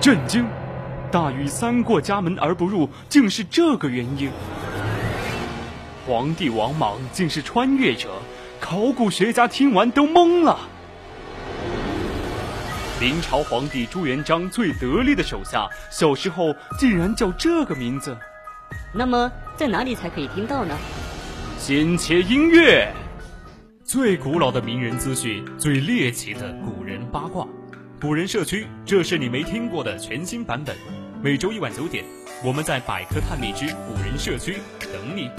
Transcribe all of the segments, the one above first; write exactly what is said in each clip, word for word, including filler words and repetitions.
震惊！大禹三过家门而不入，竟是这个原因。皇帝王莽竟是穿越者，考古学家听完都懵了。明朝皇帝朱元璋最得力的手下，小时候竟然叫这个名字。 那么在哪里才可以听到呢？ 先切音乐。 最古老的名人资讯，最猎奇的古人八卦，古人社区，这是你没听过的全新版本。每周一晚九点，我们在百科探秘之古人社区等你。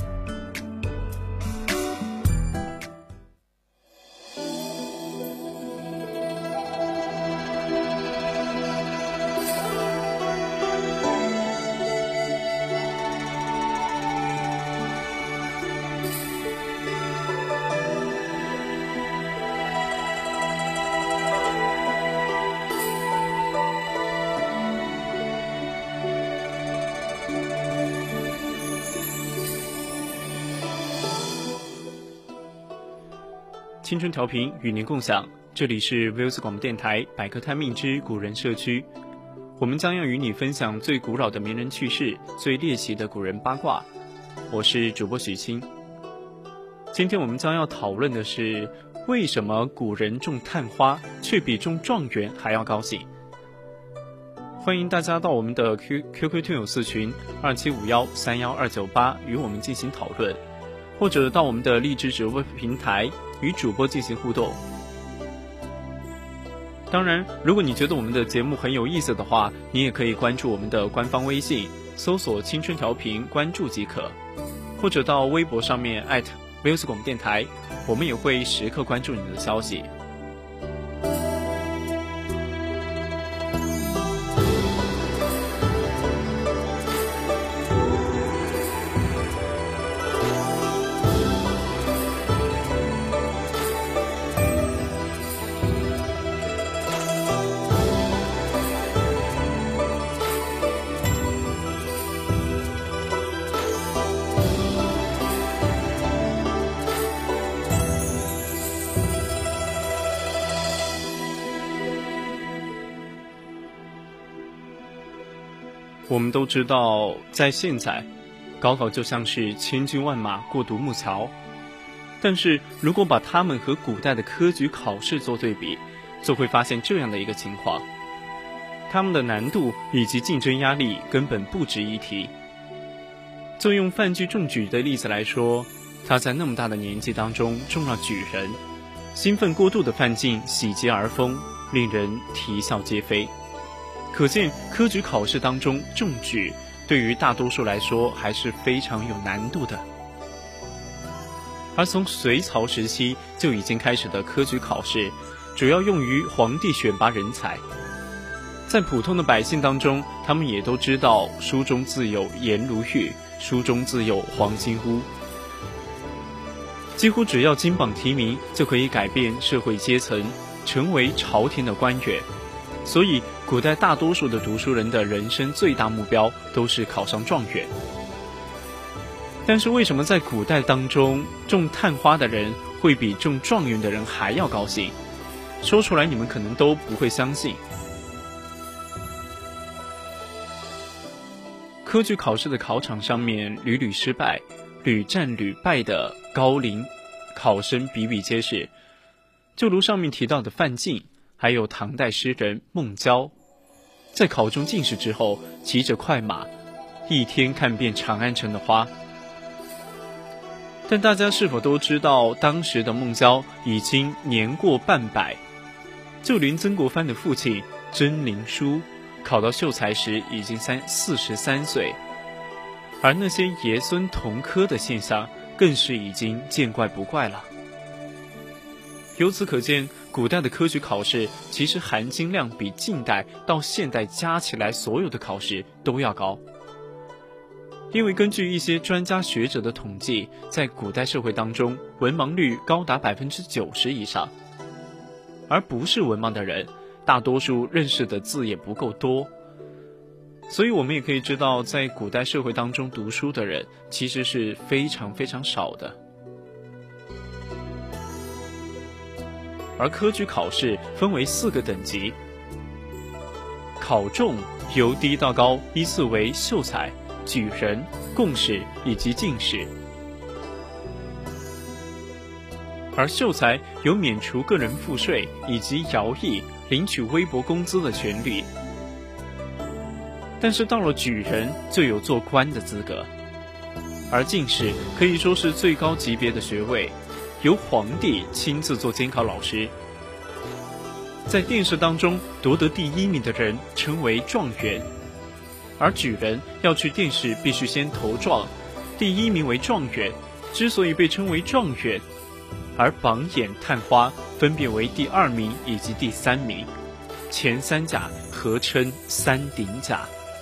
青春调频与您共享，这里是 V O S 广播电台百科探秘之古人社区，我们将要与你分享最古老的名人趣事，最猎奇的古人八卦。我是主播许清。今天我们将要讨论的是，为什么古人种探花却比中状元还要高兴？欢迎大家到我们的 Q QQ 听友四群二七五幺三幺二九八与我们进行讨论，或者到我们的荔枝直播平台与主播进行互动。当然，如果你觉得我们的节目很有意思的话，你也可以关注我们的官方微信，搜索青春调频关注即可，或者到微博上面艾特 V O S 广播电台，我们也会时刻关注你的消息。我们都知道，在现在，高考就像是千军万马过独木桥，但是如果把它们和古代的科举考试做对比，就会发现这样的一个情况：它们的难度以及竞争压力根本不值一提。就用范雎中举的例子来说，他在那么大的年纪当中中了举人，兴奋过度的范进喜极而疯，令人啼笑皆非。可见科举考试当中中举对于大多数来说还是非常有难度的。而从隋朝时期就已经开始的科举考试，主要用于皇帝选拔人才。在普通的百姓当中，他们也都知道书中自有颜如玉，书中自有黄金屋，几乎只要金榜题名就可以改变社会阶层，成为朝廷的官员。所以古代大多数的读书人的人生最大目标都是考上状元。但是为什么在古代当中，中探花的人会比中状元的人还要高兴？说出来你们可能都不会相信。科举考试的考场上面屡屡失败，屡战屡败的高龄考生比比皆是，就如上面提到的范进，还有唐代诗人孟郊，在考中进士之后，骑着快马，一天看遍长安城的花。但大家是否都知道，当时的孟郊已经年过半百，就连曾国藩的父亲曾灵枢考到秀才时已经三四十三岁，而那些爷孙同科的现象更是已经见怪不怪了。由此可见，古代的科举考试其实含金量比近代到现代加起来所有的考试都要高。因为根据一些专家学者的统计，在古代社会当中，文盲率高达 百分之九十 以上，而不是文盲的人，大多数认识的字也不够多。所以我们也可以知道，在古代社会当中读书的人其实是非常非常少的。而科举考试分为四个等级：考中、 由低到高依次为秀才、举人、贡士以及进士。而秀才有免除个人赋税以及徭役、领取微薄工资的权利，但是到了举人就有做官的资格。而进士可以说是最高级别的学位，由皇帝亲自做监考老师。在殿试当中夺得第一名的人称为状元，而举人要去殿试必须先投状，第一名为状元。之所以被称为状元，而榜眼、探花分别为第二名以及第三名，前三甲合称三鼎甲。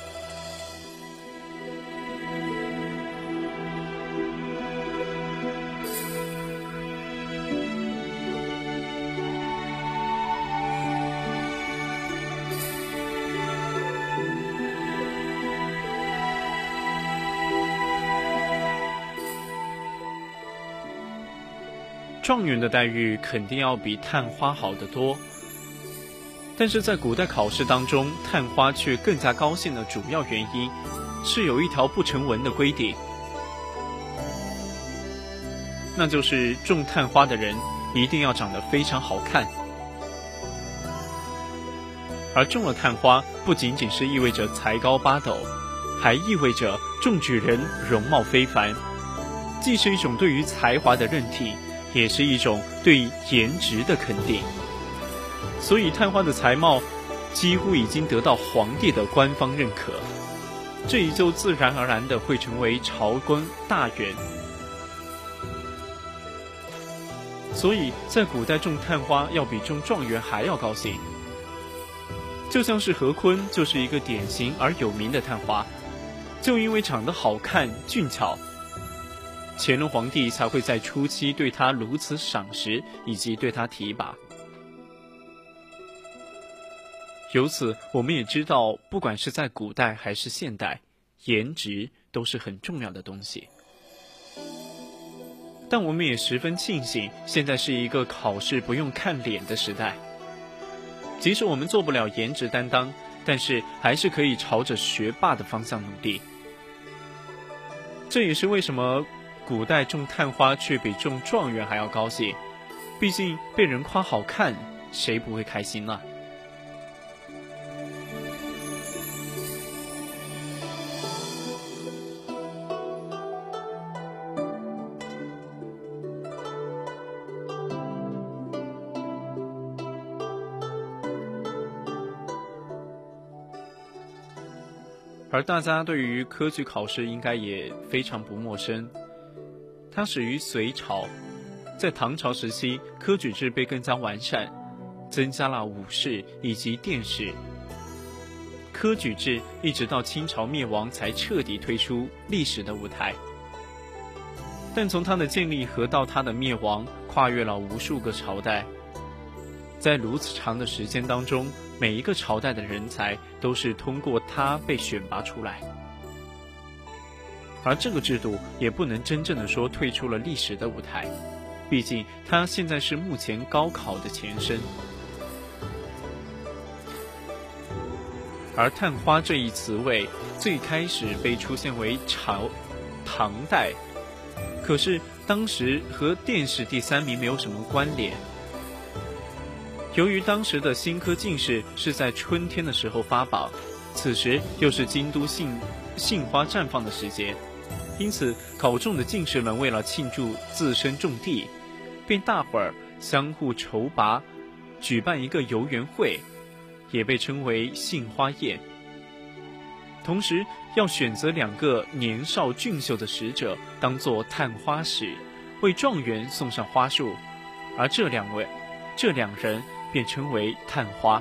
状元的待遇肯定要比探花好得多，但是在古代考试当中，探花却更加高兴的主要原因是有一条不成文的规定，那就是中探花的人一定要长得非常好看。而中了探花不仅仅是意味着才高八斗，还意味着中举人容貌非凡，既是一种对于才华的认定，也是一种对颜值的肯定。所以探花的才貌几乎已经得到皇帝的官方认可，这也就自然而然的会成为朝官大员。所以在古代中探花要比中状元还要高兴。就像是何坤就是一个典型而有名的探花，就因为长得好看俊俏，乾隆皇帝才会在初期对他如此赏识，以及对他提拔。由此我们也知道，不管是在古代还是现代，颜值都是很重要的东西。但我们也十分庆幸，现在是一个考试不用看脸的时代。即使我们做不了颜值担当，但是还是可以朝着学霸的方向努力。这也是为什么古代中探花却比中状元还要高兴，毕竟被人夸好看，谁不会开心呢？而大家对于科举考试应该也非常不陌生，它始于隋朝，在唐朝时期，科举制被更加完善，增加了武士以及殿试。科举制一直到清朝灭亡才彻底退出历史的舞台。但从它的建立和到它的灭亡，跨越了无数个朝代。在如此长的时间当中，每一个朝代的人才都是通过它被选拔出来。而这个制度也不能真正的说退出了历史的舞台，毕竟它现在是目前高考的前身。而探花这一词谓最开始被出现为朝唐代，可是当时和殿试第三名没有什么关联。由于当时的新科进士是在春天的时候发榜，此时又是京都杏杏花绽放的时节，因此考中的进士们为了庆祝自身中第，便大伙儿相互筹拔，举办一个游园会，也被称为杏花宴。同时要选择两个年少俊秀的使者当作探花使，为状元送上花束，而这两位这两人便称为探花。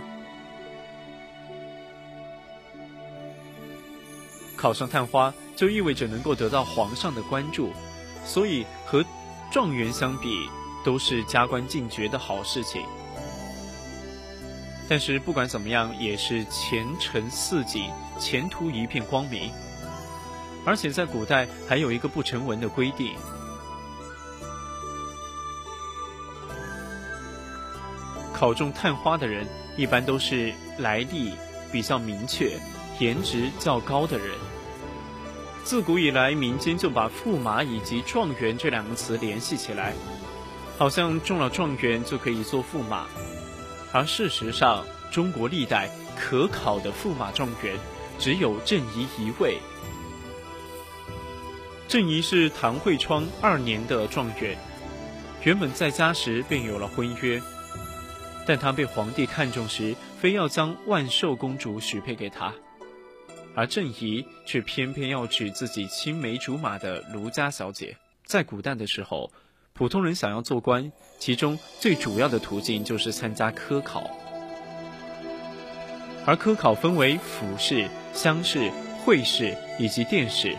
考上探花就意味着能够得到皇上的关注，所以和状元相比，都是加官进爵的好事情。但是不管怎么样，也是前程似锦，前途一片光明。而且在古代还有一个不成文的规定，考中探花的人一般都是来历比较明确， 颜值较高的人。自古以来，民间就把驸马以及状元这两个词联系起来，好像中了状元就可以做驸马。而事实上，中国历代可考的驸马状元只有郑仪一位。郑仪是唐会昌二年的状元，原本在家时便有了婚约，但他被皇帝看中时，非要将万寿公主许配给他，而郑仪却偏偏要娶自己青梅竹马的卢家小姐。在古代的时候，普通人想要做官，其中最主要的途径就是参加科考，而科考分为府试、乡试、会试以及殿试。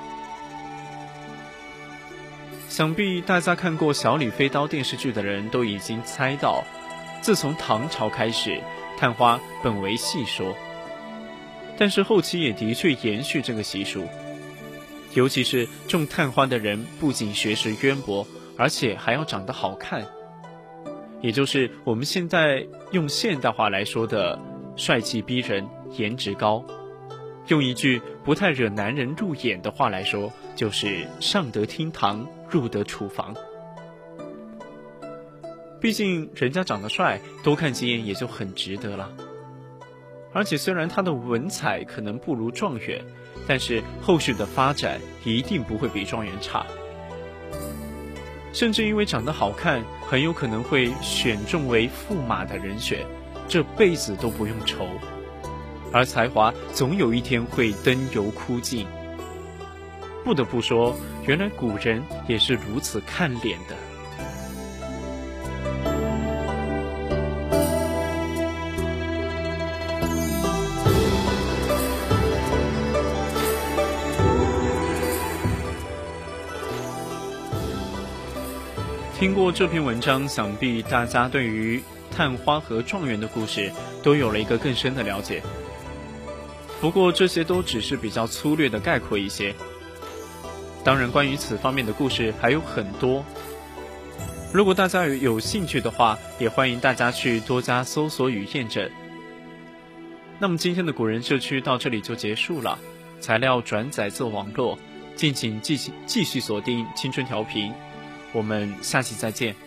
想必大家看过《小李飞刀》电视剧的人都已经猜到，自从唐朝开始，探花本为戏说，但是后期也的确延续这个习俗。尤其是中探花的人不仅学识渊博，而且还要长得好看，也就是我们现在用现代话来说的帅气逼人、颜值高。用一句不太惹男人入眼的话来说，就是上得厅堂，入得厨房。毕竟人家长得帅，多看几眼也就很值得了。而且虽然他的文采可能不如状元，但是后续的发展一定不会比状元差，甚至因为长得好看，很有可能会选中为驸马的人选，这辈子都不用愁。而才华总有一天会灯油枯尽。不得不说，原来古人也是如此看脸的。听过这篇文章，想必大家对于探花和状元的故事都有了一个更深的了解。不过这些都只是比较粗略的概括一些，当然关于此方面的故事还有很多。如果大家有兴趣的话，也欢迎大家去多加搜索与验证。那么今天的古人社区到这里就结束了，材料转载自网络，敬请继续继续锁定青春调频，我们下期再见。